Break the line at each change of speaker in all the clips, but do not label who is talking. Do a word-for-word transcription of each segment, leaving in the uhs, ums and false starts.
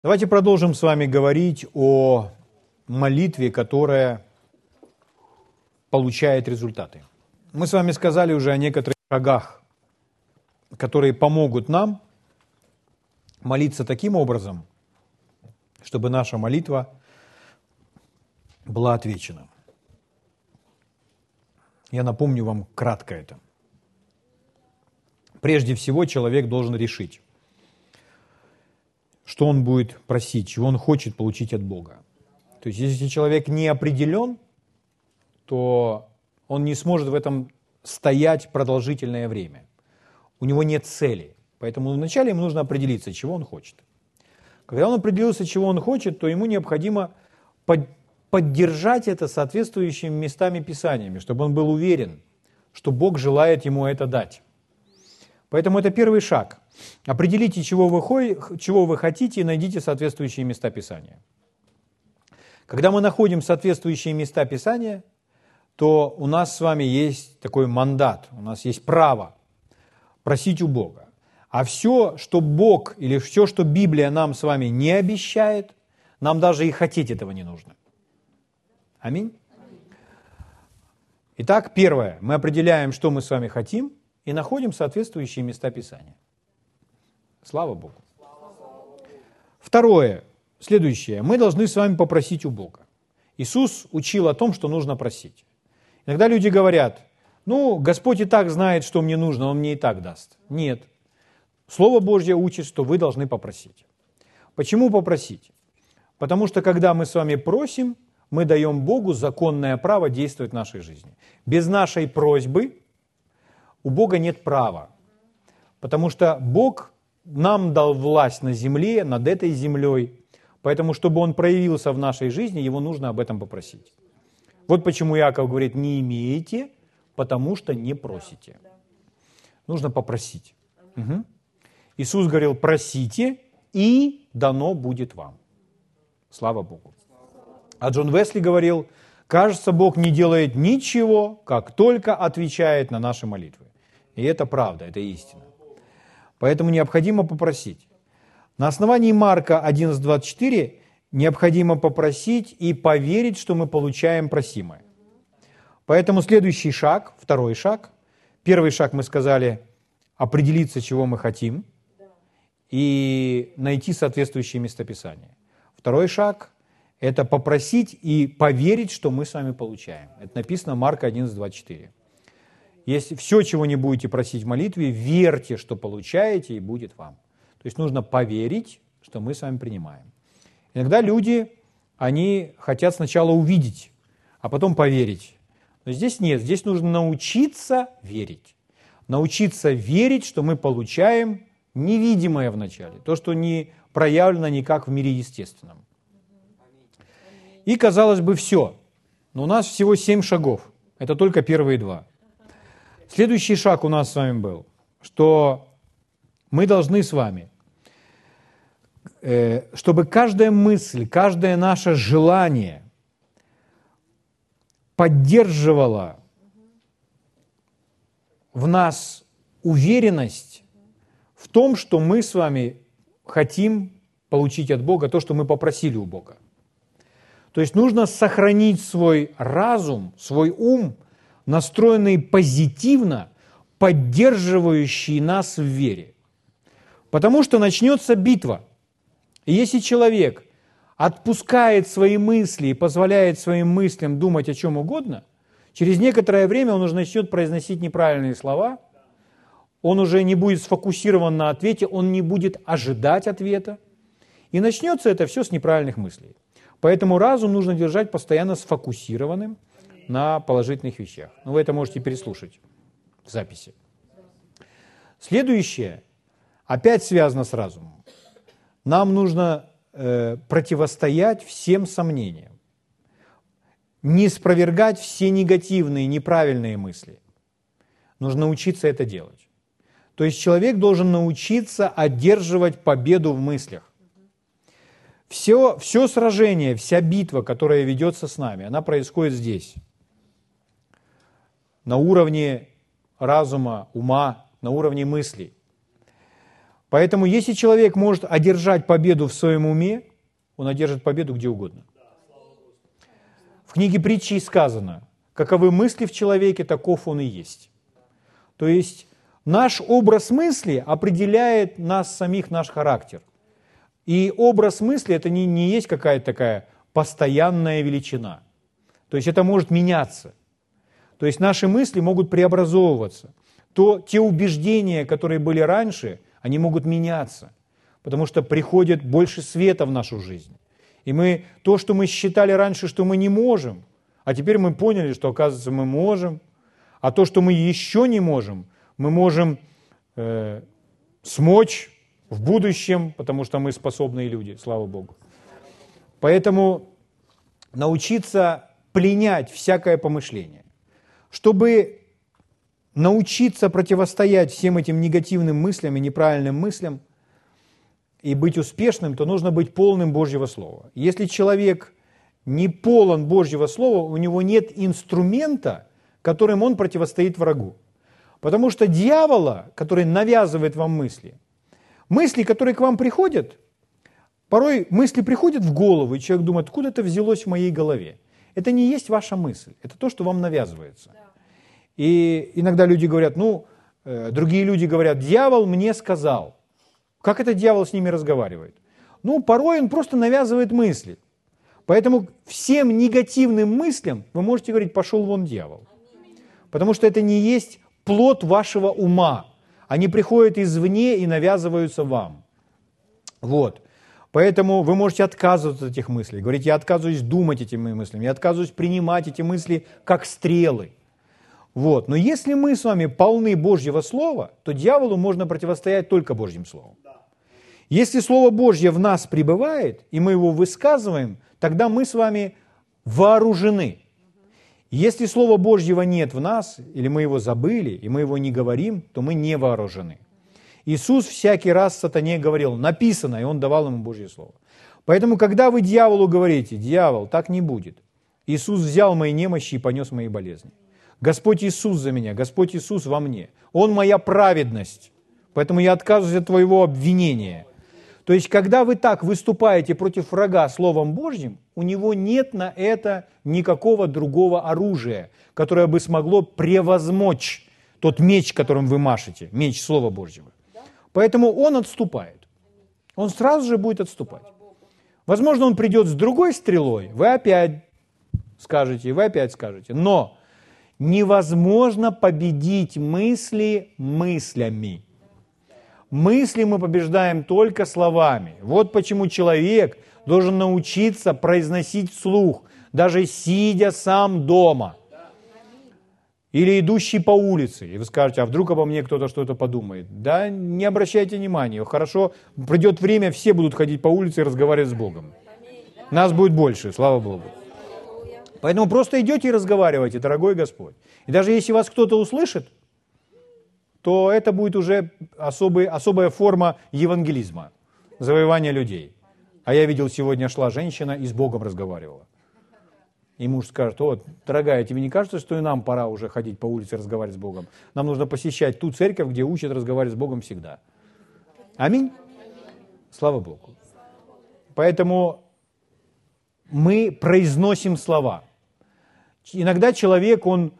Давайте продолжим с вами говорить о молитве, которая получает результаты. Мы с вами сказали уже о некоторых шагах, которые помогут нам молиться таким образом, чтобы наша молитва была отвечена. Я напомню вам кратко это. Прежде всего, человек должен решить, что он будет просить, чего он хочет получить от Бога. То есть, если человек не определен, то он не сможет в этом стоять продолжительное время. У него нет цели. Поэтому вначале ему нужно определиться, чего он хочет. Когда он определился, чего он хочет, то ему необходимо под, поддержать это соответствующими местами Писаниями, чтобы он был уверен, что Бог желает ему это дать. Поэтому это первый шаг. Определите, чего вы, чего вы хотите, и найдите соответствующие места Писания. Когда мы находим соответствующие места Писания, то у нас с вами есть такой мандат, у нас есть право просить у Бога. А все, что Бог или все, что Библия нам с вами не обещает, нам даже и хотеть этого не нужно. Аминь. Итак, первое. Мы определяем, что мы с вами хотим, и находим соответствующие места Писания. Слава Богу. Второе, следующее. Мы должны с вами попросить у Бога. Иисус учил о том, что нужно просить. Иногда люди говорят, ну, Господь и так знает, что мне нужно, Он мне и так даст. Нет. Слово Божье учит, что вы должны попросить. Почему попросить? Потому что, когда мы с вами просим, мы даем Богу законное право действовать в нашей жизни. Без нашей просьбы у Бога нет права, потому что Бог нам дал власть на земле, над этой землей, поэтому, чтобы Он проявился в нашей жизни, Его нужно об этом попросить. Вот почему Иаков говорит, не имеете, потому что не просите. Нужно попросить. Угу. Иисус говорил, просите, и дано будет вам. Слава Богу. А Джон Уэсли говорил, кажется, Бог не делает ничего, как только отвечает на наши молитвы. И это правда, это истина. Поэтому необходимо попросить. На основании Марка одиннадцать двадцать четыре необходимо попросить и поверить, что мы получаем просимое. Поэтому следующий шаг, второй шаг. Первый шаг мы сказали определиться, чего мы хотим, и найти соответствующие местописания. Второй шаг – это попросить и поверить, что мы с вами получаем. Это написано Марка одиннадцать двадцать четыре. Если все, чего не будете просить в молитве, верьте, что получаете, и будет вам. То есть нужно поверить, что мы с вами принимаем. Иногда люди, они хотят сначала увидеть, а потом поверить. Но здесь нет, здесь нужно научиться верить. Научиться верить, что мы получаем невидимое вначале, то, что не проявлено никак в мире естественном. И, казалось бы, все. Но у нас всего семь шагов. Это только первые два. Следующий шаг у нас с вами был, что мы должны с вами, чтобы каждая мысль, каждое наше желание поддерживало в нас уверенность в том, что мы с вами хотим получить от Бога то, что мы попросили у Бога. То есть нужно сохранить свой разум, свой ум, настроенный позитивно, поддерживающий нас в вере. Потому что начнется битва. И если человек отпускает свои мысли и позволяет своим мыслям думать о чем угодно, через некоторое время он уже начнет произносить неправильные слова, он уже не будет сфокусирован на ответе, он не будет ожидать ответа. И начнется это все с неправильных мыслей. Поэтому разум нужно держать постоянно сфокусированным на положительных вещах. Но вы это можете переслушать в записи. Следующее опять связано с разумом. Нам нужно э, противостоять всем сомнениям, не спровергать все негативные, неправильные мысли. Нужно научиться это делать. То есть человек должен научиться одерживать победу в мыслях. Все, все сражение, вся битва, которая ведется с нами, она происходит здесь. На уровне разума, ума, на уровне мыслей. Поэтому если человек может одержать победу в своем уме, он одержит победу где угодно. В книге притчи сказано: каковы мысли в человеке, таков он и есть. То есть наш образ мысли определяет нас самих, наш характер. И образ мысли – это не, не есть какая-то такая постоянная величина. То есть это может меняться. То есть наши мысли могут преобразовываться. То те убеждения, которые были раньше, они могут меняться, потому что приходит больше света в нашу жизнь. И мы, то, что мы считали раньше, что мы не можем, а теперь мы поняли, что, оказывается, мы можем, а то, что мы еще не можем, мы можем э, смочь в будущем, потому что мы способные люди, слава Богу. Поэтому научиться пленять всякое помышление. Чтобы научиться противостоять всем этим негативным мыслям и неправильным мыслям и быть успешным, то нужно быть полным Божьего Слова. Если человек не полон Божьего Слова, у него нет инструмента, которым он противостоит врагу. Потому что дьявола, который навязывает вам мысли, мысли, которые к вам приходят, порой мысли приходят в голову, и человек думает, откуда это взялось в моей голове. Это не есть ваша мысль, это то, что вам навязывается. И иногда люди говорят, ну, э, другие люди говорят, дьявол мне сказал. Как это дьявол с ними разговаривает? Ну, порой он просто навязывает мысли. Поэтому всем негативным мыслям вы можете говорить, пошел вон дьявол. Потому что это не есть плод вашего ума. Они приходят извне и навязываются вам. Вот. Поэтому вы можете отказываться от этих мыслей. Говорить, я отказываюсь думать этими мыслями, я отказываюсь принимать эти мысли как стрелы. Вот. Но если мы с вами полны Божьего Слова, то дьяволу можно противостоять только Божьим Словом. Если Слово Божье в нас пребывает, и мы его высказываем, тогда мы с вами вооружены. Если Слова Божьего нет в нас, или мы его забыли, и мы его не говорим, то мы не вооружены. Иисус всякий раз сатане говорил, написано, и он давал ему Божье Слово. Поэтому, когда вы дьяволу говорите, дьявол, так не будет. Иисус взял мои немощи и понес мои болезни. Господь Иисус за меня, Господь Иисус во мне. Он моя праведность, поэтому я отказываюсь от твоего обвинения. То есть, когда вы так выступаете против врага Словом Божьим, у него нет на это никакого другого оружия, которое бы смогло превозмочь тот меч, которым вы машете, меч Слова Божьего. Поэтому он отступает. Он сразу же будет отступать. Возможно, он придет с другой стрелой, вы опять скажете, вы опять скажете. Но невозможно победить мысли мыслями. Мысли мы побеждаем только словами. Вот почему человек должен научиться произносить вслух, даже сидя сам дома. Или идущий по улице. И вы скажете, а вдруг обо мне кто-то что-то подумает. Да не обращайте внимания. Хорошо, придет время, все будут ходить по улице и разговаривать с Богом. Нас будет больше, слава Богу. Поэтому просто идете и разговаривайте, дорогой Господь. И даже если вас кто-то услышит, то это будет уже особый, особая форма евангелизма, завоевания людей. А я видел, сегодня шла женщина и с Богом разговаривала. И муж скажет, о, дорогая, тебе не кажется, что и нам пора уже ходить по улице и разговаривать с Богом? Нам нужно посещать ту церковь, где учат разговаривать с Богом всегда. Аминь? Слава Богу. Поэтому мы произносим слова. Иногда человек, он,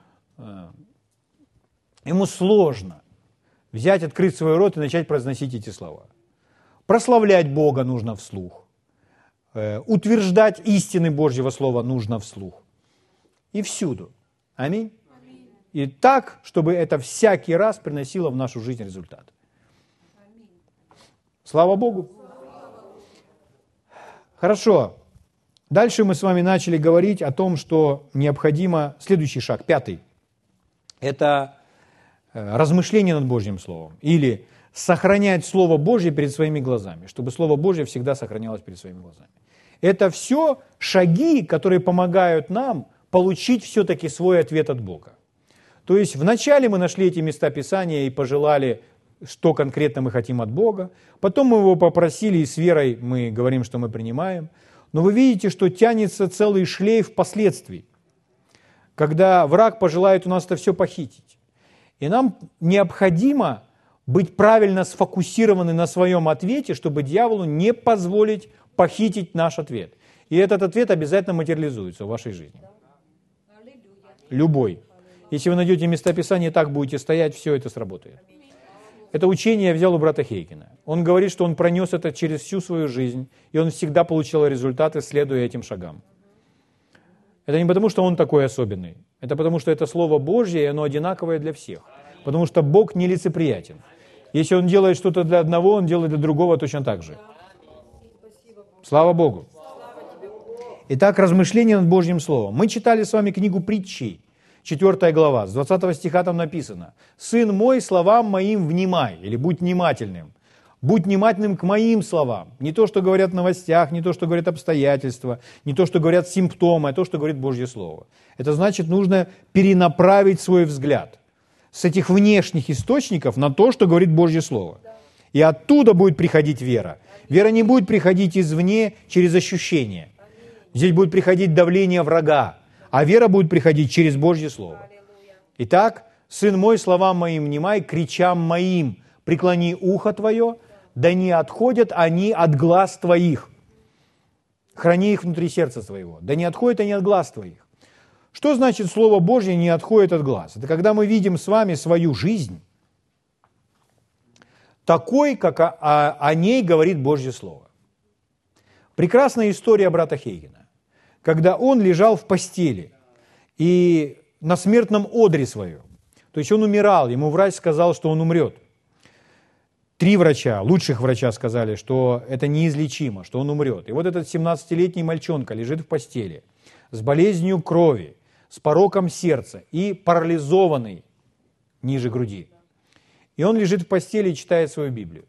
ему сложно взять, открыть свой рот и начать произносить эти слова. Прославлять Бога нужно вслух. Утверждать истины Божьего Слова нужно вслух. И всюду. Аминь. Аминь. И так, чтобы это всякий раз приносило в нашу жизнь результат. Аминь. Слава Богу. Хорошо. Дальше мы с вами начали говорить о том, что необходимо... Следующий шаг, пятый. Это размышление над Божьим Словом. Или сохранять Слово Божье перед своими глазами, чтобы Слово Божье всегда сохранялось перед своими глазами. Это все шаги, которые помогают нам получить все-таки свой ответ от Бога. То есть вначале мы нашли эти места Писания и пожелали, что конкретно мы хотим от Бога. Потом мы его попросили, и с верой мы говорим, что мы принимаем. Но вы видите, что тянется целый шлейф последствий, когда враг пожелает у нас это все похитить. И нам необходимо быть правильно сфокусированы на своем ответе, чтобы дьяволу не позволить похитить наш ответ. И этот ответ обязательно материализуется в вашей жизни. Любой. Если вы найдете местописание, и так будете стоять, все это сработает. Это учение я взял у брата Хейгена. Он говорит, что он пронес это через всю свою жизнь, и он всегда получал результаты, следуя этим шагам. Это не потому, что он такой особенный. Это потому, что это Слово Божье, и оно одинаковое для всех. Потому что Бог нелицеприятен. Если Он делает что-то для одного, Он делает для другого точно так же. Слава Богу. Итак, размышление над Божьим Словом. Мы читали с вами книгу Притчей, четвёртая глава, с двадцатого стиха там написано: «Сын мой, словам моим внимай», или «будь внимательным». Будь внимательным к моим словам. Не то, что говорят в новостях, не то, что говорят обстоятельства, не то, что говорят симптомы, а то, что говорит Божье Слово. Это значит, нужно перенаправить свой взгляд с этих внешних источников на то, что говорит Божье Слово. И оттуда будет приходить вера. Вера не будет приходить извне через ощущения. Здесь будет приходить давление врага, а вера будет приходить через Божье Слово. Итак, «Сын мой, словам моим внимай, кричам моим, преклони ухо твое, да не отходят они от глаз твоих. Храни их внутри сердца твоего. Да не отходят они от глаз твоих». Что значит Слово Божье не отходит от глаз? Это когда мы видим с вами свою жизнь такой, как о, о, о ней говорит Божье Слово. Прекрасная история брата Хейгена, когда он лежал в постели и на смертном одре своем. То есть он умирал, ему врач сказал, что он умрет. Три врача, лучших врача сказали, что это неизлечимо, что он умрет. И вот этот семнадцатилетний мальчонка лежит в постели с болезнью крови, с пороком сердца и парализованный ниже груди. И он лежит в постели и читает свою Библию.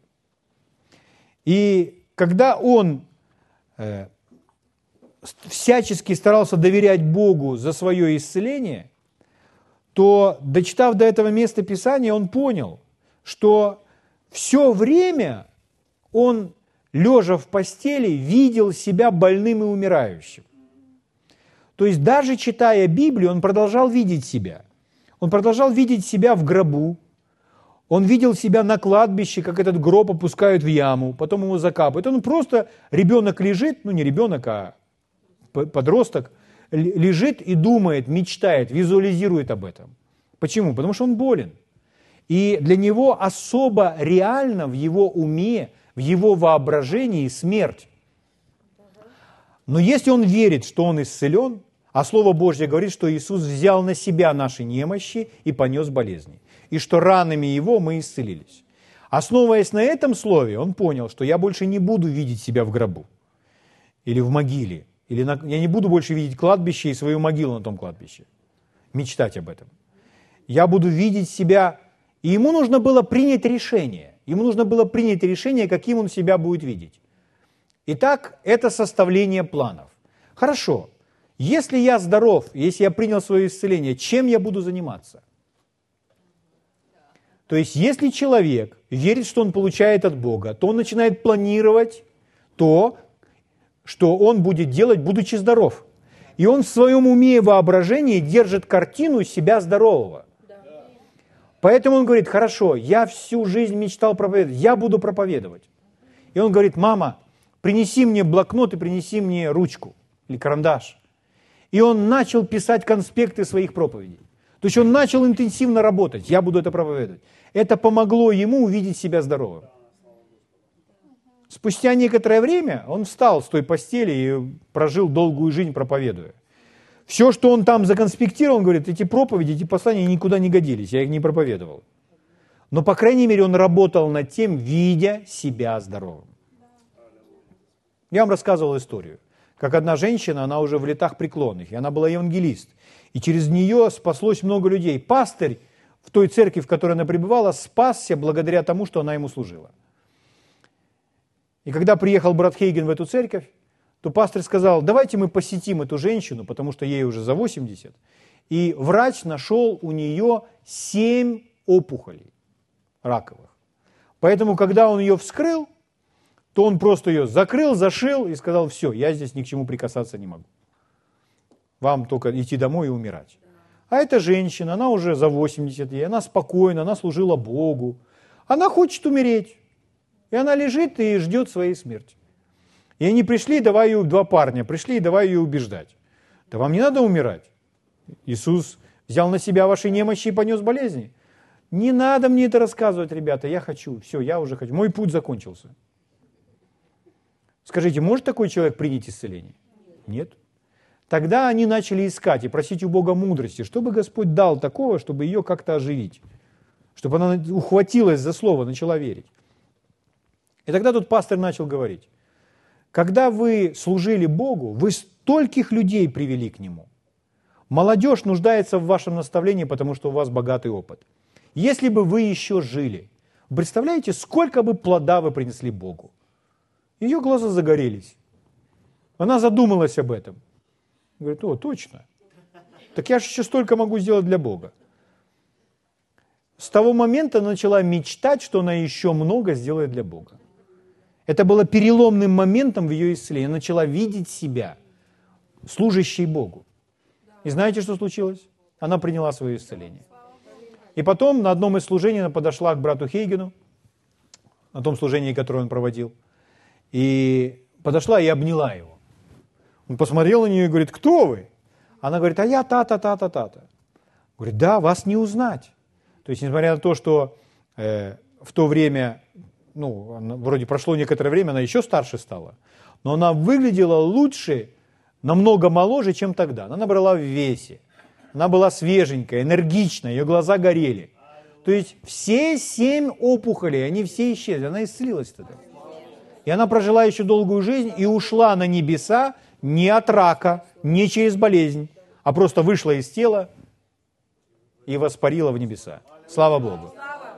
И когда он э, всячески старался доверять Богу за свое исцеление, то, дочитав до этого места Писания, он понял, что все время он, лежа в постели, видел себя больным и умирающим. То есть даже читая Библию, он продолжал видеть себя. Он продолжал видеть себя в гробу. Он видел себя на кладбище, как этот гроб опускают в яму, потом его закапывают. Он просто, ребенок лежит, ну не ребенок, а подросток, лежит и думает, мечтает, визуализирует об этом. Почему? Потому что он болен. И для него особо реально в его уме, в его воображении смерть. Но если он верит, что он исцелен, а Слово Божье говорит, что Иисус взял на себя наши немощи и понес болезни, и что ранами Его мы исцелились. Основываясь на этом слове, он понял, что я больше не буду видеть себя в гробу или в могиле, или на... я не буду больше видеть кладбище и свою могилу на том кладбище, мечтать об этом. Я буду видеть себя, и ему нужно было принять решение, ему нужно было принять решение, каким он себя будет видеть. Итак, это составление планов. Хорошо, если я здоров, если я принял свое исцеление, чем я буду заниматься? То есть, если человек верит, что он получает от Бога, то он начинает планировать то, что он будет делать, будучи здоров. И он в своем уме и воображении держит картину себя здорового. Поэтому он говорит: хорошо, я всю жизнь мечтал проповедовать, я буду проповедовать. И он говорит: мама, принеси мне блокнот и принеси мне ручку или карандаш. И он начал писать конспекты своих проповедей. То есть он начал интенсивно работать, я буду это проповедовать. Это помогло ему увидеть себя здоровым. Спустя некоторое время он встал с той постели и прожил долгую жизнь, проповедуя. Все, что он там законспектировал, он говорит, эти проповеди, эти послания никуда не годились, я их не проповедовал. Но, по крайней мере, он работал над тем, видя себя здоровым. Я вам рассказывал историю, как одна женщина, она уже в летах преклонных, и она была евангелист, и через нее спаслось много людей. Пастырь в той церкви, в которой она пребывала, спасся благодаря тому, что она ему служила. И когда приехал брат Хейген в эту церковь, то пастор сказал: давайте мы посетим эту женщину, потому что ей уже за восемьдесят. И врач нашел у нее семь опухолей раковых. Поэтому, когда он ее вскрыл, то он просто ее закрыл, зашил и сказал: все, я здесь ни к чему прикасаться не могу. Вам только идти домой и умирать. А эта женщина, она уже за восемьдесят, и она спокойна, она служила Богу. Она хочет умереть. И она лежит и ждет своей смерти. И они пришли, давай ее, два парня, пришли и давай ее убеждать. Да вам не надо умирать. Иисус взял на себя ваши немощи и понес болезни. Не надо мне это рассказывать, ребята, я хочу. Все, я уже хочу. Мой путь закончился. Скажите, может такой человек принять исцеление? Нет. Тогда они начали искать и просить у Бога мудрости, чтобы Господь дал такого, чтобы ее как-то оживить. Чтобы она ухватилась за слово, начала верить. И тогда тут пастор начал говорить. Когда вы служили Богу, вы стольких людей привели к Нему. Молодежь нуждается в вашем наставлении, потому что у вас богатый опыт. Если бы вы еще жили, представляете, сколько бы плода вы принесли Богу? Ее глаза загорелись. Она задумалась об этом. Говорит, о, точно. Так я же еще столько могу сделать для Бога. С того момента начала мечтать, что она еще много сделает для Бога. Это было переломным моментом в ее исцелении. Она начала видеть себя, служащей Богу. И знаете, что случилось? Она приняла свое исцеление. И потом на одном из служений она подошла к брату Хейгену, на том служении, которое он проводил, и подошла и обняла его. Он посмотрел на нее и говорит, кто вы? Она говорит, а я та-та-та-та-та-та. Говорит, да, вас не узнать. То есть, несмотря на то, что э, в то время, ну, она, вроде прошло некоторое время, она еще старше стала, но она выглядела лучше, намного моложе, чем тогда. Она набрала в весе, она была свеженькая, энергичная, ее глаза горели. То есть все семь опухолей, они все исчезли, она исцелилась тогда. И она прожила еще долгую жизнь и ушла на небеса не от рака, не через болезнь, а просто вышла из тела и воспарила в небеса. Слава Богу.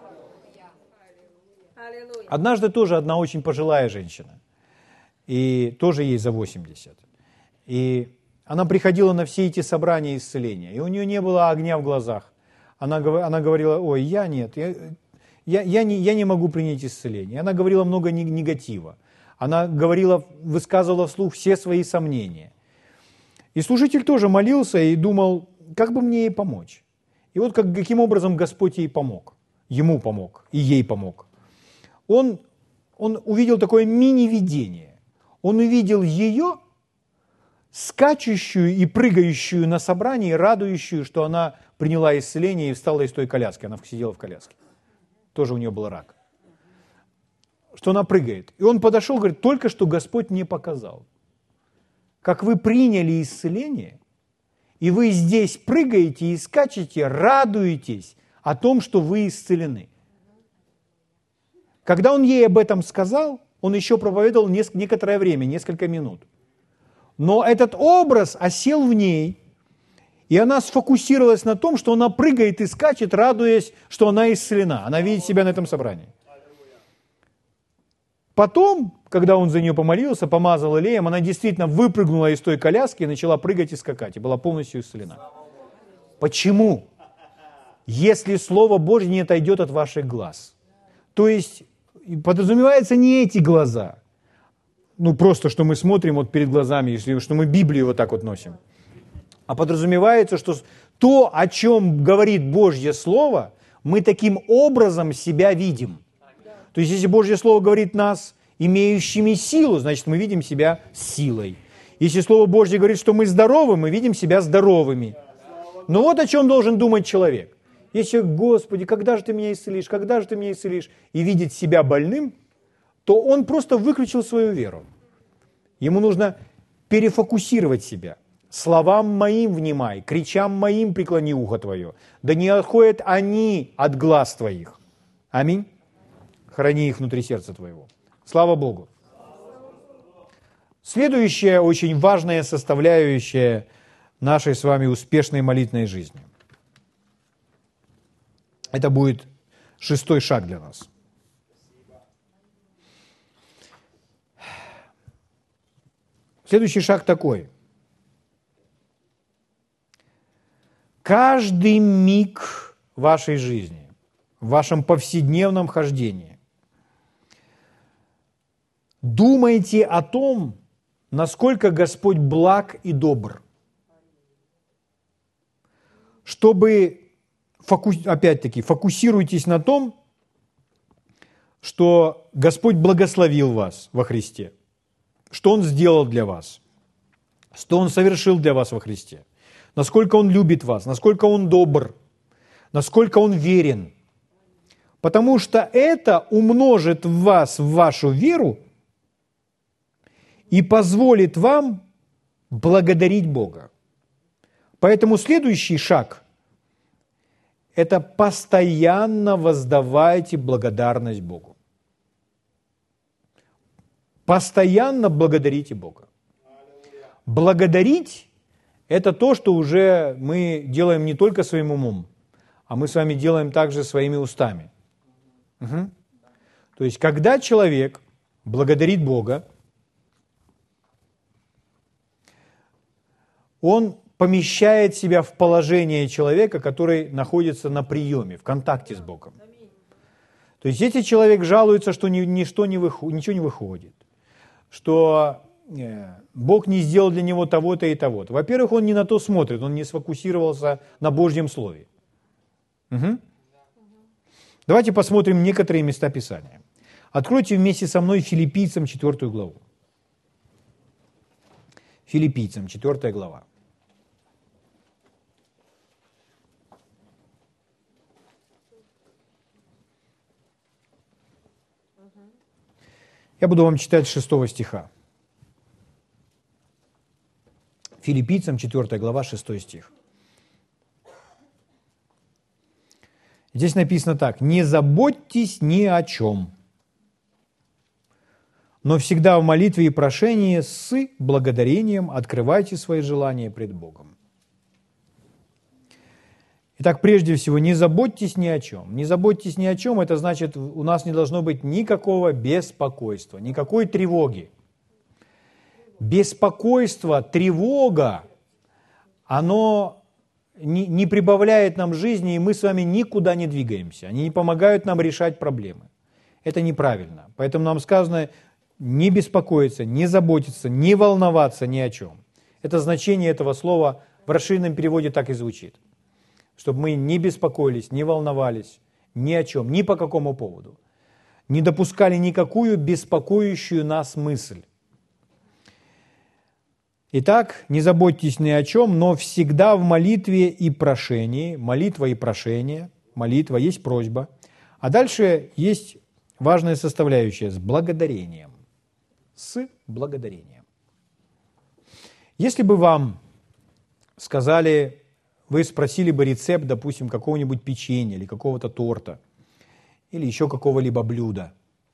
Однажды тоже одна очень пожилая женщина, и тоже ей за восемьдесят. И она приходила на все эти собрания исцеления, и у нее не было огня в глазах. Она, она говорила, ой, я нет, я, я, я, не, я не могу принять исцеление. Она говорила много негатива. Она говорила, высказывала вслух все свои сомнения. И служитель тоже молился и думал, как бы мне ей помочь. И вот как, каким образом Господь ей помог. Ему помог и ей помог. Он, он увидел такое мини-видение. Он увидел ее, скачущую и прыгающую на собрании, радующую, что она приняла исцеление и встала из той коляски. Она сидела в коляске. Тоже у нее был рак. Что она прыгает. И он подошел, говорит, только что Господь мне показал, как вы приняли исцеление, и вы здесь прыгаете и скачете, радуетесь о том, что вы исцелены. Когда он ей об этом сказал, он еще проповедовал некоторое время, несколько минут. Но этот образ осел в ней, и она сфокусировалась на том, что она прыгает и скачет, радуясь, что она исцелена. Она видит себя на этом собрании. Потом, когда он за нее помолился, помазал елеем, она действительно выпрыгнула из той коляски и начала прыгать и скакать, и была полностью исцелена. Почему? Если Слово Божье не отойдет от ваших глаз. То есть подразумевается не эти глаза, ну просто, что мы смотрим вот перед глазами, если, что мы Библию вот так вот носим, а подразумевается, что то, о чем говорит Божье Слово, мы таким образом себя видим. То есть, если Божье Слово говорит нас, имеющими силу, значит, мы видим себя силой. Если Слово Божье говорит, что мы здоровы, мы видим себя здоровыми. Но вот о чем должен думать человек. Если, Господи, когда же Ты меня исцелишь, когда же Ты меня исцелишь, и видит себя больным, то он просто выключил свою веру. Ему нужно перефокусировать себя. Словам моим внимай, кричам моим преклони ухо твое, да не отходят они от глаз твоих. Аминь. Храни их внутри сердца твоего. Слава Богу. Следующая очень важная составляющая нашей с вами успешной молитвенной жизни. Это будет шестой шаг для нас. Следующий шаг такой. Каждый миг вашей жизни, в вашем повседневном хождении, думайте о том, насколько Господь благ и добр. Чтобы, опять-таки, фокусируйтесь на том, что Господь благословил вас во Христе, что Он сделал для вас, что Он совершил для вас во Христе, насколько Он любит вас, насколько Он добр, насколько Он верен. Потому что это умножит в вас в вашу веру и позволит вам благодарить Бога. Поэтому следующий шаг – это постоянно воздавайте благодарность Богу. Постоянно благодарите Бога. Благодарить – это то, что уже мы делаем не только своим умом, а мы с вами делаем также своими устами. Угу. То есть, когда человек благодарит Бога, он помещает себя в положение человека, который находится на приеме, в контакте с Богом. То есть, если человек жалуется, что ничто не выходит, ничего не выходит, что Бог не сделал для него того-то и того-то. Во-первых, он не на то смотрит, он не сфокусировался на Божьем Слове. Угу. Давайте посмотрим некоторые места Писания. Откройте вместе со мной Филиппийцам четвёртую главу. Филиппийцам четвёртая глава. Я буду вам читать с шестого стиха. Филиппийцам четвёртая глава, шестой стих. Здесь написано так: «Не заботьтесь ни о чем, но всегда в молитве и прошении с благодарением открывайте свои желания пред Богом». Итак, прежде всего, не заботьтесь ни о чем. Не заботьтесь ни о чем, это значит, у нас не должно быть никакого беспокойства, никакой тревоги. Беспокойство, тревога, оно не, не прибавляет нам жизни, и мы с вами никуда не двигаемся. Они не помогают нам решать проблемы. Это неправильно. Поэтому нам сказано не беспокоиться, не заботиться, не волноваться ни о чем. Это значение этого слова в расширенном переводе так и звучит. Чтобы мы не беспокоились, не волновались ни о чем, ни по какому поводу. Не допускали никакую беспокоящую нас мысль. Итак, не заботьтесь ни о чем, но всегда в молитве и прошении, молитва и прошение, молитва есть просьба, а дальше есть важная составляющая с благодарением. С благодарением. Если бы вам сказали, вы спросили бы рецепт, допустим, какого-нибудь печенья или какого-то торта, или еще какого-либо блюда,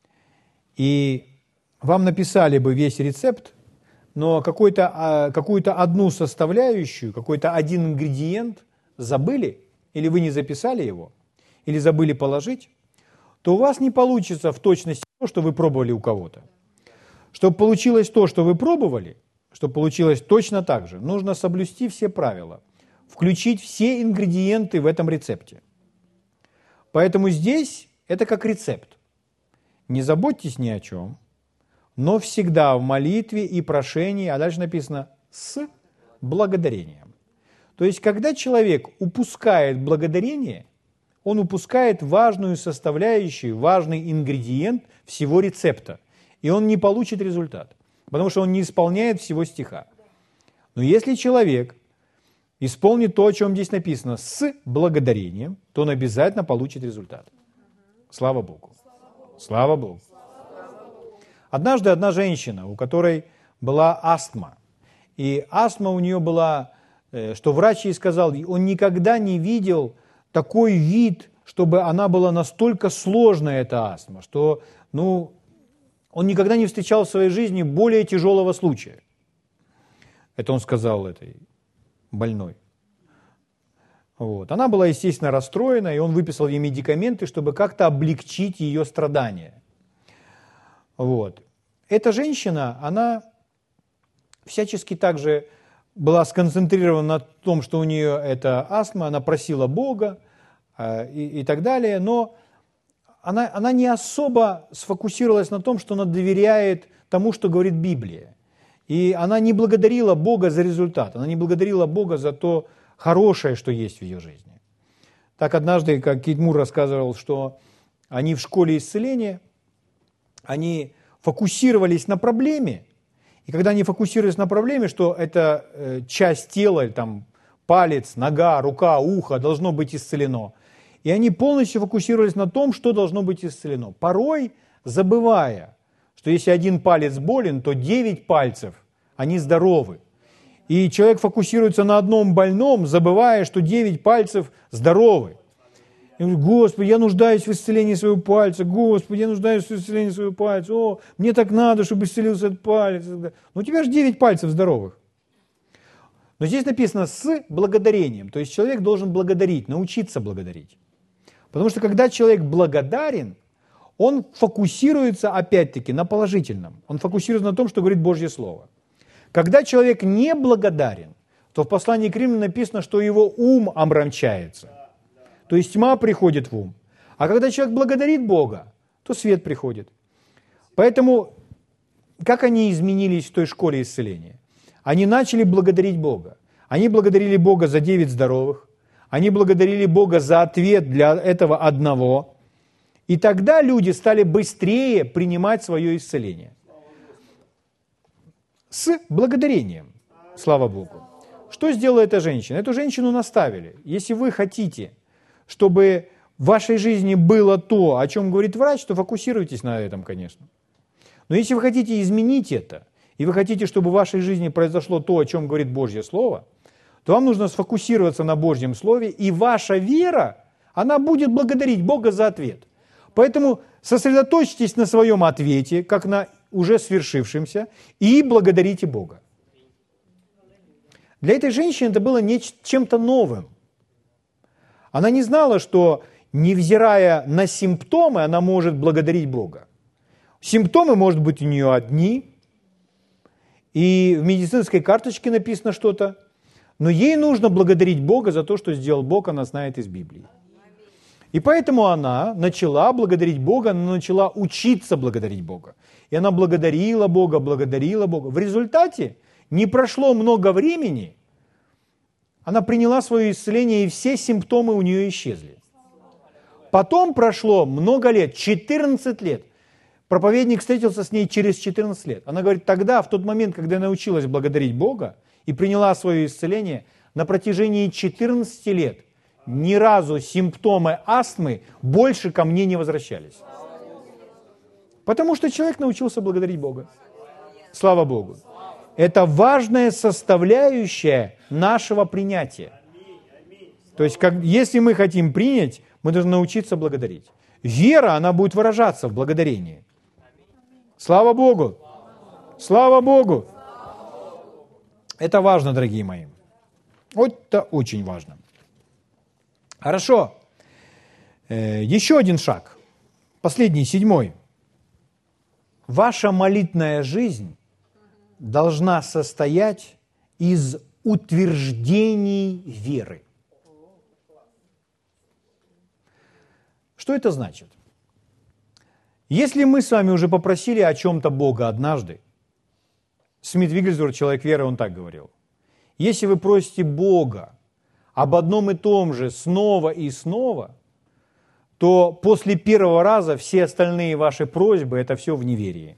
и вам написали бы весь рецепт, но какой-то, какую-то одну составляющую, какой-то один ингредиент забыли, или вы не записали его, или забыли положить, то у вас не получится в точности то, что вы пробовали у кого-то. Чтобы получилось то, что вы пробовали, чтобы получилось точно так же, нужно соблюсти все правила, включить все ингредиенты в этом рецепте. Поэтому здесь это как рецепт. Не заботьтесь ни о чем, но всегда в молитве и прошении, а дальше написано «с благодарением». То есть, когда человек упускает благодарение, он упускает важную составляющую, важный ингредиент всего рецепта, и он не получит результат, потому что он не исполняет всего стиха. Но если человек исполнит то, о чем здесь написано, с благодарением, то он обязательно получит результат. Слава Богу. Слава Богу. Однажды одна женщина, у которой была астма, и астма у нее была, что врач ей сказал, он никогда не видел такой вид, чтобы она была настолько сложная, эта астма, что ну, он никогда не встречал в своей жизни более тяжелого случая. Это он сказал этой больной. Вот. Она была, естественно, расстроена, и он выписал ей медикаменты, чтобы как-то облегчить ее страдания. Вот. Эта женщина, она всячески также была сконцентрирована на том, что у нее это астма, она просила Бога э, и, и так далее, но она, она не особо сфокусировалась на том, что она доверяет тому, что говорит Библия. И она не благодарила Бога за результат, она не благодарила Бога за то хорошее, что есть в ее жизни. Так однажды, как Кейт Мур рассказывал, что они в школе исцеления, они фокусировались на проблеме, и когда они фокусировались на проблеме, что эта э, часть тела, там, палец, нога, рука, ухо должно быть исцелено, и они полностью фокусировались на том, что должно быть исцелено, порой забывая, что если один палец болен, то девять пальцев, они здоровы. И человек фокусируется на одном больном, забывая, что девять пальцев здоровы. И говорит: Господи, я нуждаюсь в исцелении своего пальца, Господи, я нуждаюсь в исцелении своего пальца, о, мне так надо, чтобы исцелился этот палец. Но у тебя же девять пальцев здоровых. Но здесь написано «с благодарением», то есть человек должен благодарить, научиться благодарить. Потому что когда человек благодарен, он фокусируется опять-таки на положительном, он фокусируется на том, что говорит Божье Слово. Когда человек не благодарен, то в послании к Римлянам написано, что его ум омрачается. То есть тьма приходит в ум. А когда человек благодарит Бога, то свет приходит. Поэтому, как они изменились в той школе исцеления? Они начали благодарить Бога. Они благодарили Бога за девять здоровых. Они благодарили Бога за ответ для этого одного. И тогда люди стали быстрее принимать свое исцеление. С благодарением, слава Богу. Что сделала эта женщина? Эту женщину наставили. Если вы хотите, чтобы в вашей жизни было то, о чем говорит врач, то фокусируйтесь на этом, конечно. Но если вы хотите изменить это, и вы хотите, чтобы в вашей жизни произошло то, о чем говорит Божье Слово, то вам нужно сфокусироваться на Божьем Слове, и ваша вера, она будет благодарить Бога за ответ. Поэтому сосредоточьтесь на своем ответе, как на уже свершившемся, и благодарите Бога. Для этой женщины это было не чем-то новым. Она не знала, что, невзирая на симптомы, она может благодарить Бога. Симптомы, может быть, у нее одни, и в медицинской карточке написано что-то, но ей нужно благодарить Бога за то, что сделал Бог, она знает из Библии. И поэтому она начала благодарить Бога, она начала учиться благодарить Бога. И она благодарила Бога, благодарила Бога. В результате не прошло много времени, она приняла свое исцеление, и все симптомы у нее исчезли. Потом прошло много лет, четырнадцать лет. Проповедник встретился с ней через четырнадцать лет. Она говорит, тогда, в тот момент, когда я научилась благодарить Бога и приняла свое исцеление, на протяжении четырнадцати лет ни разу симптомы астмы больше ко мне не возвращались. Потому что человек научился благодарить Бога. Слава Богу. Это важная составляющая нашего принятия. То есть, как, если мы хотим принять, мы должны научиться благодарить. Вера, она будет выражаться в благодарении. Слава Богу! Слава Богу! Это важно, дорогие мои. Вот это очень важно. Хорошо. Еще один шаг. Последний, седьмой. Ваша молитвенная жизнь должна состоять из утверждений веры. Что это значит? Если мы с вами уже попросили о чем-то Бога однажды, Смит Виггельсворт, человек веры, он так говорил, если вы просите Бога об одном и том же снова и снова, то после первого раза все остальные ваши просьбы – это все в неверии.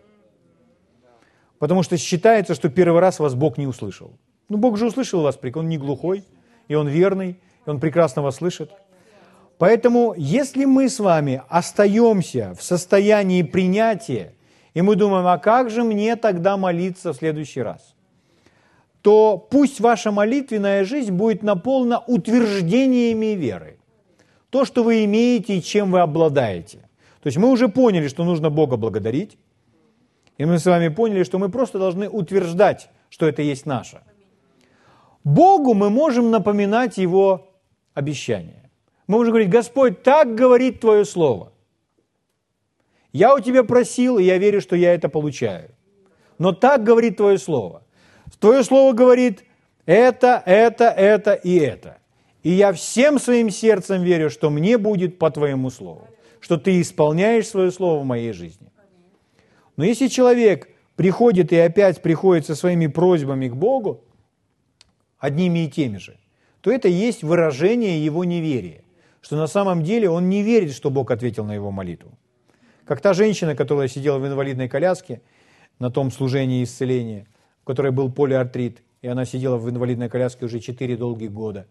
Потому что считается, что первый раз вас Бог не услышал. Ну, Бог же услышал вас, он не глухой, и Он верный, и Он прекрасно вас слышит. Поэтому, если мы с вами остаемся в состоянии принятия, и мы думаем, а как же мне тогда молиться в следующий раз, то пусть ваша молитвенная жизнь будет наполнена утверждениями веры. То, что вы имеете и чем вы обладаете. То есть мы уже поняли, что нужно Бога благодарить, и мы с вами поняли, что мы просто должны утверждать, что это есть наше. Богу мы можем напоминать Его обещания. Мы можем говорить, Господь, так говорит Твое Слово. Я у Тебя просил, и я верю, что я это получаю. Но так говорит Твое Слово. Твое Слово говорит это, это, это и это. И я всем своим сердцем верю, что мне будет по Твоему Слову, что Ты исполняешь свое Слово в моей жизни. Но если человек приходит и опять приходит со своими просьбами к Богу, одними и теми же, то это и есть выражение его неверия, что на самом деле он не верит, что Бог ответил на его молитву. Как та женщина, которая сидела в инвалидной коляске на том служении исцеления, у которой был полиартрит, и она сидела в инвалидной коляске уже четыре долгих года.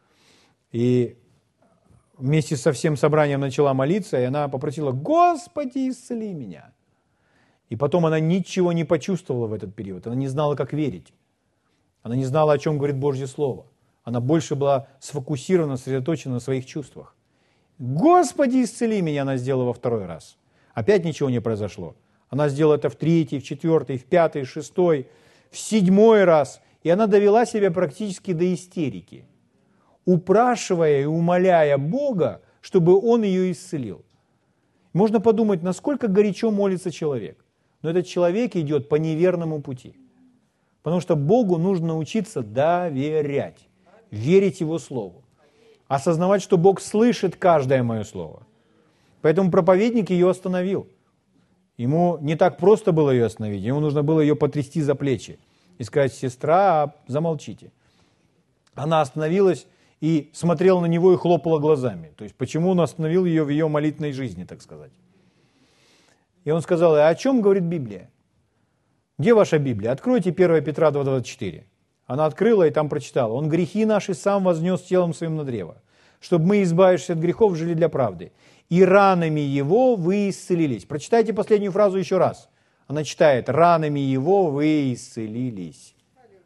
И вместе со всем собранием начала молиться, и она попросила: «Господи, исцели меня». И потом она ничего не почувствовала в этот период, она не знала, как верить. Она не знала, о чем говорит Божье Слово. Она больше была сфокусирована, сосредоточена на своих чувствах. «Господи, исцели меня», она сделала во второй раз. Опять ничего не произошло. Она сделала это в третий, в четвертый, в пятый, в шестой, в седьмой раз. И она довела себя практически до истерики, упрашивая и умоляя Бога, чтобы Он ее исцелил. Можно подумать, насколько горячо молится человек. Но этот человек идет по неверному пути. Потому что Богу нужно научиться доверять, верить Его Слову, осознавать, что Бог слышит каждое мое слово. Поэтому проповедник ее остановил. Ему не так просто было ее остановить, ему нужно было ее потрясти за плечи и сказать: «Сестра, замолчите». Она остановилась и смотрела на него и хлопала глазами. То есть почему он остановил ее в ее молитвенной жизни, так сказать. И он сказал: «А о чем говорит Библия? Где ваша Библия? Откройте первое Петра два двадцать четыре». Она открыла и там прочитала: «Он грехи наши сам вознес телом своим на древо, чтобы мы, избавившись от грехов, жили для правды. И ранами Его вы исцелились». Прочитайте последнюю фразу еще раз. Она читает: «Ранами Его вы исцелились».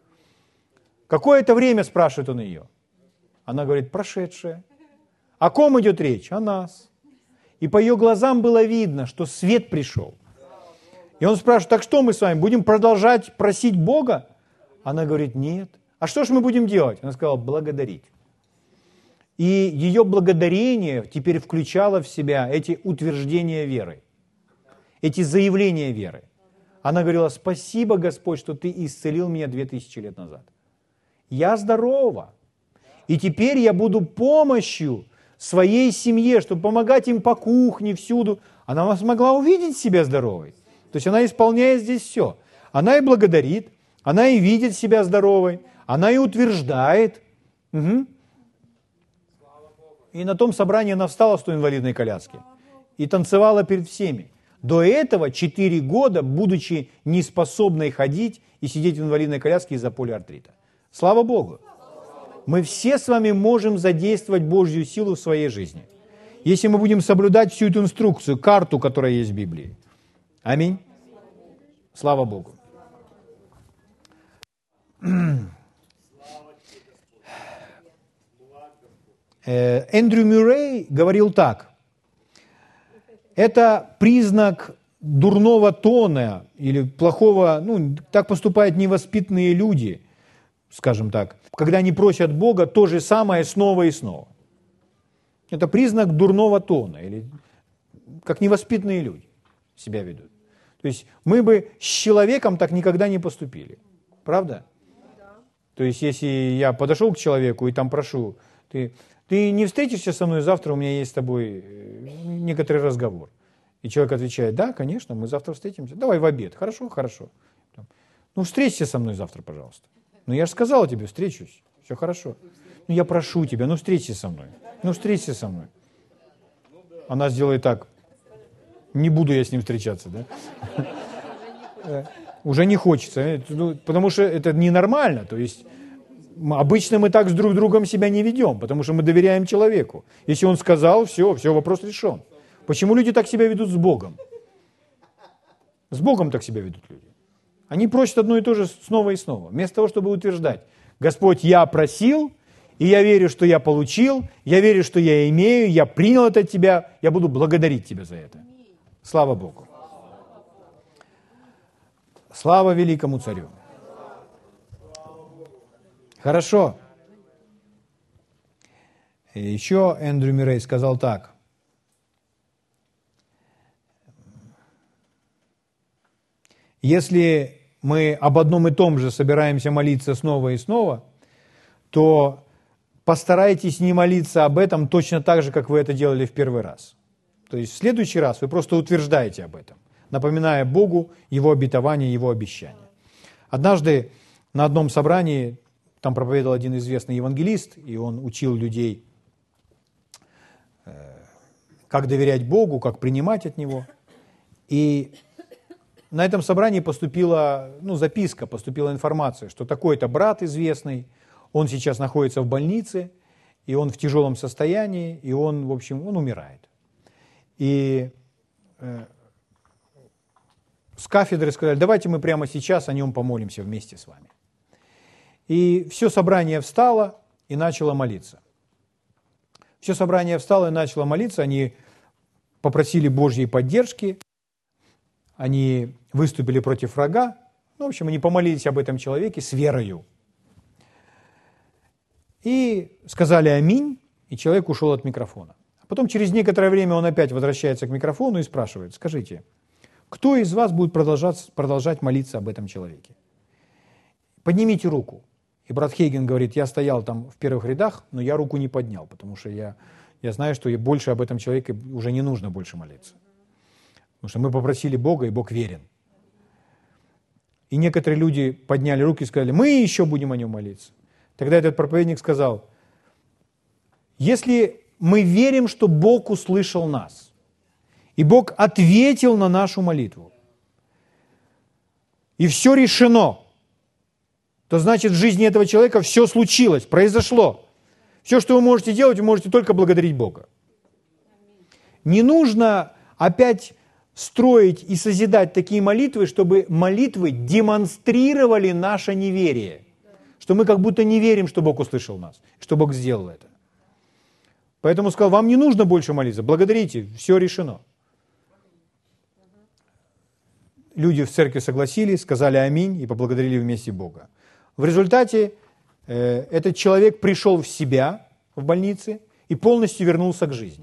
Какое-то время, спрашивает он ее. Она говорит: «Прошедшее». О ком идет речь? О нас. И по ее глазам было видно, что свет пришел. И он спрашивает: «Так что мы с вами, будем продолжать просить Бога?» Она говорит: «Нет». «А что же мы будем делать?» Она сказала: «Благодарить». И ее благодарение теперь включало в себя эти утверждения веры, эти заявления веры. Она говорила: «Спасибо, Господь, что Ты исцелил меня две тысячи лет назад. Я здорова. И теперь я буду помощью своей семье, чтобы помогать им по кухне, всюду». Она смогла увидеть себя здоровой. То есть она исполняет здесь все. Она и благодарит, она и видит себя здоровой, она и утверждает. Угу. И на том собрании она встала с той инвалидной коляски и танцевала перед всеми. До этого четыре года, будучи неспособной ходить и сидеть в инвалидной коляске из-за полиартрита. Слава Богу! Мы все с вами можем задействовать Божью силу в своей жизни, если мы будем соблюдать всю эту инструкцию, карту, которая есть в Библии. Аминь. Слава Богу. Эндрю Мюррей говорил так: это признак дурного тона или плохого, ну, так поступают невоспитанные люди, скажем так, когда они просят Бога то же самое снова и снова. Это признак дурного тона, или как невоспитанные люди себя ведут. То есть мы бы с человеком так никогда не поступили. Правда? Да. То есть если я подошел к человеку и там прошу: ты, ты не встретишься со мной завтра, у меня есть с тобой некоторый разговор. И человек отвечает: да, конечно, мы завтра встретимся. Давай в обед. Хорошо, хорошо. Ну, встреться со мной завтра, пожалуйста. Ну, я же сказала тебе, встречусь. Все хорошо. Ну, я прошу тебя, ну, встреться со мной. Ну, встреться со мной. Она сделает так: не буду я с ним встречаться, да? Уже не хочется, потому что это ненормально. То есть обычно мы так с друг другом себя не ведем, потому что мы доверяем человеку. Если он сказал, все, все, вопрос решен. Почему люди так себя ведут с Богом? С Богом так себя ведут люди. Они просят одно и то же снова и снова, вместо того, чтобы утверждать: Господь, я просил, и я верю, что я получил, я верю, что я имею, я принял это от Тебя, я буду благодарить Тебя за это. Слава Богу. Слава великому Царю. Хорошо. Еще Эндрю Мюррей сказал так: если мы об одном и том же собираемся молиться снова и снова, то постарайтесь не молиться об этом точно так же, как вы это делали в первый раз. То есть в следующий раз вы просто утверждаете об этом, напоминая Богу Его обетование, Его обещание. Однажды на одном собрании, там проповедовал один известный евангелист, и он учил людей, как доверять Богу, как принимать от Него. И на этом собрании поступила, ну, записка, поступила информация, что такой-то брат известный, он сейчас находится в больнице, и он в тяжелом состоянии, и он, в общем, он умирает. И э, с кафедры сказали, давайте мы прямо сейчас о нем помолимся вместе с вами. И все собрание встало и начало молиться. Все собрание встало и начало молиться, они попросили Божьей поддержки, они выступили против врага, ну, в общем, они помолились об этом человеке с верою. И сказали аминь, и человек ушел от микрофона. А потом через некоторое время он опять возвращается к микрофону и спрашивает, скажите, кто из вас будет продолжать, продолжать молиться об этом человеке? Поднимите руку. И брат Хейген говорит, я стоял там в первых рядах, но я руку не поднял, потому что я, я знаю, что больше об этом человеке уже не нужно больше молиться. Потому что мы попросили Бога, и Бог верен. И некоторые люди подняли руки и сказали, мы еще будем о нем молиться. Тогда этот проповедник сказал, если мы верим, что Бог услышал нас, и Бог ответил на нашу молитву, и все решено, то значит в жизни этого человека все случилось, произошло. Все, что вы можете делать, вы можете только благодарить Бога. Не нужно опять строить и созидать такие молитвы, чтобы молитвы демонстрировали наше неверие. Что мы как будто не верим, что Бог услышал нас, что Бог сделал это. Поэтому сказал, вам не нужно больше молиться, благодарите, все решено. Люди в церкви согласились, сказали аминь и поблагодарили вместе Бога. В результате э, этот человек пришел в себя в больнице и полностью вернулся к жизни.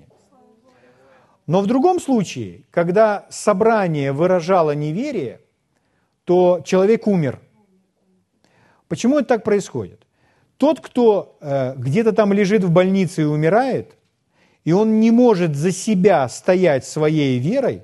Но в другом случае, когда собрание выражало неверие, то человек умер. Почему это так происходит? Тот, кто э, где-то там лежит в больнице и умирает, и он не может за себя стоять своей верой,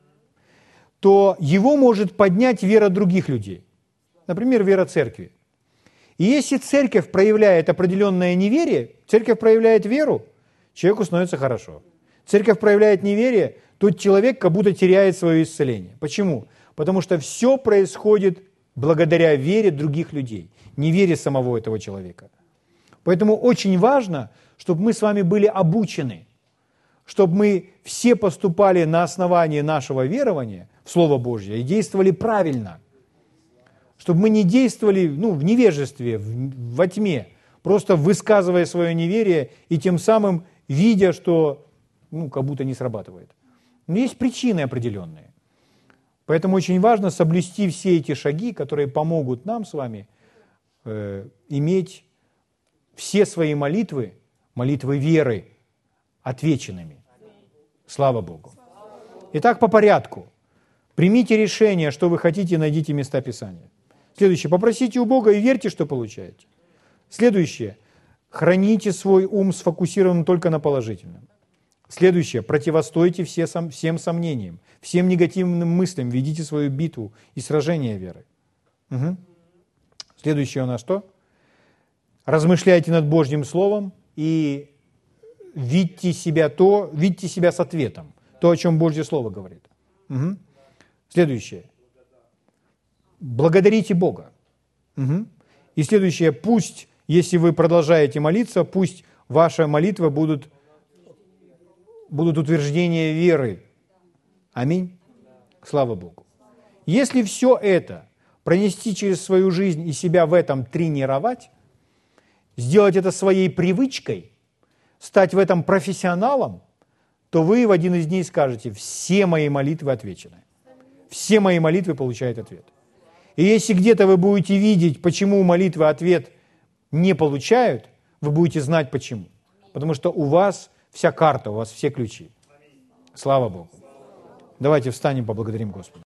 то его может поднять вера других людей. Например, вера церкви. И если церковь проявляет определенное неверие, церковь проявляет веру, человеку становится хорошо. Церковь проявляет неверие, тот человек как будто теряет свое исцеление. Почему? Потому что все происходит благодаря вере других людей, не вере самого этого человека. Поэтому очень важно, чтобы мы с вами были обучены, чтобы мы все поступали на основании нашего верования в Слово Божье и действовали правильно. Чтобы мы не действовали ну, в невежестве, в, во тьме, просто высказывая свое неверие и тем самым видя, что ну, как будто не срабатывает. Но есть причины определенные. Поэтому очень важно соблюсти все эти шаги, которые помогут нам с вами э, иметь все свои молитвы, молитвы веры, отвеченными. Слава Богу. Итак, по порядку. Примите решение, что вы хотите, найдите места Писания. Следующее. Попросите у Бога и верьте, что получаете. Следующее. Храните свой ум сфокусированным только на положительном. Следующее. Противостойте все, всем сомнениям, всем негативным мыслям. Ведите свою битву и сражение веры. Угу. Следующее у нас что? Размышляйте над Божьим Словом и видьте себя, то, видьте себя с ответом. То, о чем Божье Слово говорит. Угу. Следующее. Благодарите Бога. Угу. И следующее. Пусть, если вы продолжаете молиться, пусть ваши молитвы будут, будут утверждения веры. Аминь. Слава Богу. Если все это пронести через свою жизнь и себя в этом тренировать, сделать это своей привычкой, стать в этом профессионалом, то вы в один из дней скажете, все мои молитвы отвечены. Все мои молитвы получают ответ. И если где-то вы будете видеть, почему молитвы ответ не получают, вы будете знать почему. Потому что у вас вся карта, у вас все ключи. Слава Богу. Давайте встанем, поблагодарим Господа.